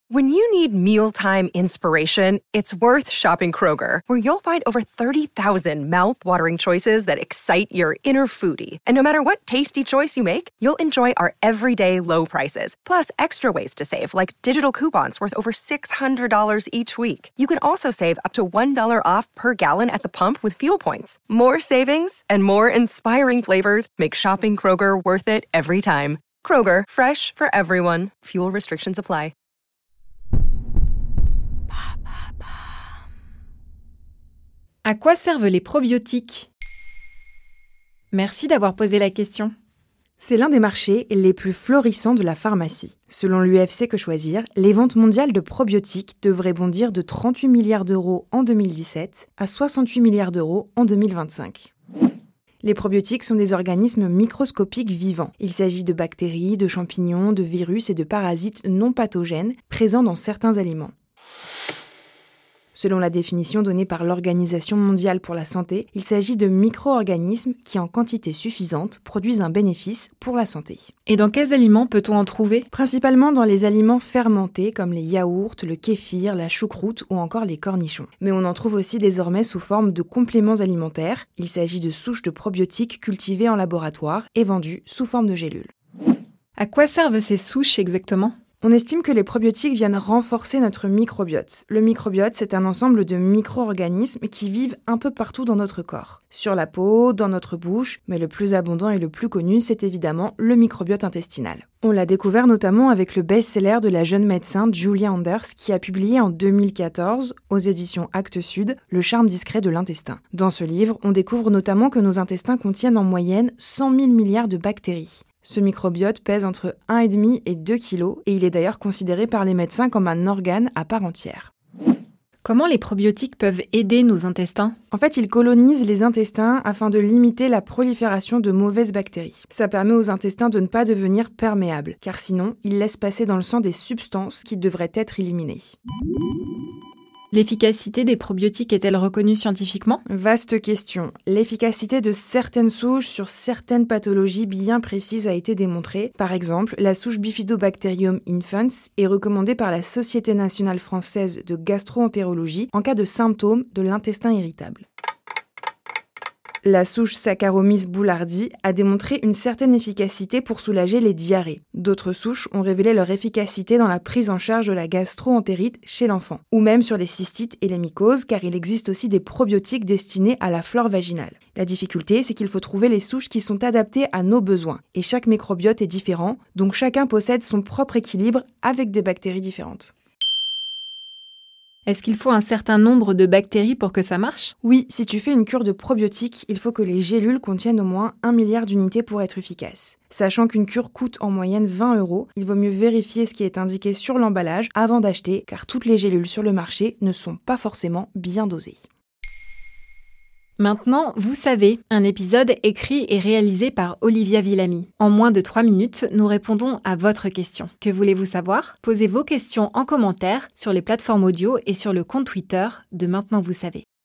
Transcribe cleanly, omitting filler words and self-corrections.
When you need mealtime inspiration, it's worth shopping Kroger, where you'll find over 30,000 mouth-watering choices that excite your inner foodie. And no matter what tasty choice you make, you'll enjoy our everyday low prices, plus extra ways to save, like digital coupons worth over $600 each week. You can also save up to $1 off per gallon at the pump with fuel points. More savings and more inspiring flavors make shopping Kroger worth it every time. Kroger, fresh for everyone. Fuel restrictions apply. À quoi servent les probiotiques ? Merci d'avoir posé la question. C'est l'un des marchés les plus florissants de la pharmacie. Selon l'UFC Que Choisir, les ventes mondiales de probiotiques devraient bondir de 38 milliards d'euros en 2017 à 68 milliards d'euros en 2025. Les probiotiques sont des organismes microscopiques vivants. Il s'agit de bactéries, de champignons, de virus et de parasites non pathogènes présents dans certains aliments. Selon la définition donnée par l'Organisation mondiale pour la santé, il s'agit de micro-organismes qui, en quantité suffisante, produisent un bénéfice pour la santé. Et dans quels aliments peut-on en trouver ? Principalement dans les aliments fermentés comme les yaourts, le kéfir, la choucroute ou encore les cornichons. Mais on en trouve aussi désormais sous forme de compléments alimentaires. Il s'agit de souches de probiotiques cultivées en laboratoire et vendues sous forme de gélules. À quoi servent ces souches exactement ? On estime que les probiotiques viennent renforcer notre microbiote. Le microbiote, c'est un ensemble de micro-organismes qui vivent un peu partout dans notre corps. Sur la peau, dans notre bouche, mais le plus abondant et le plus connu, c'est évidemment le microbiote intestinal. On l'a découvert notamment avec le best-seller de la jeune médecin Julia Anders qui a publié en 2014, aux éditions Actes Sud, Le charme discret de l'intestin. Dans ce livre, on découvre notamment que nos intestins contiennent en moyenne 100 000 milliards de bactéries. Ce microbiote pèse entre 1,5 et 2 kg et il est d'ailleurs considéré par les médecins comme un organe à part entière. Comment les probiotiques peuvent aider nos intestins ? En fait, ils colonisent les intestins afin de limiter la prolifération de mauvaises bactéries. Ça permet aux intestins de ne pas devenir perméables, car sinon, ils laissent passer dans le sang des substances qui devraient être éliminées. L'efficacité des probiotiques est-elle reconnue scientifiquement ? Vaste question. L'efficacité de certaines souches sur certaines pathologies bien précises a été démontrée. Par exemple, la souche Bifidobacterium infans est recommandée par la Société nationale française de gastro-entérologie en cas de symptômes de l'intestin irritable. La souche Saccharomyces boulardii a démontré une certaine efficacité pour soulager les diarrhées. D'autres souches ont révélé leur efficacité dans la prise en charge de la gastro-entérite chez l'enfant, ou même sur les cystites et les mycoses, car il existe aussi des probiotiques destinés à la flore vaginale. La difficulté, c'est qu'il faut trouver les souches qui sont adaptées à nos besoins. Et chaque microbiote est différent, donc chacun possède son propre équilibre avec des bactéries différentes. Est-ce qu'il faut un certain nombre de bactéries pour que ça marche ? Oui, si tu fais une cure de probiotiques, il faut que les gélules contiennent au moins 1 milliard d'unités pour être efficaces. Sachant qu'une cure coûte en moyenne 20 €, il vaut mieux vérifier ce qui est indiqué sur l'emballage avant d'acheter, car toutes les gélules sur le marché ne sont pas forcément bien dosées. Maintenant, vous savez, un épisode écrit et réalisé par Olivia Villamy. En moins de 3 minutes, nous répondons à votre question. Que voulez-vous savoir ? Posez vos questions en commentaire sur les plateformes audio et sur le compte Twitter de Maintenant Vous Savez.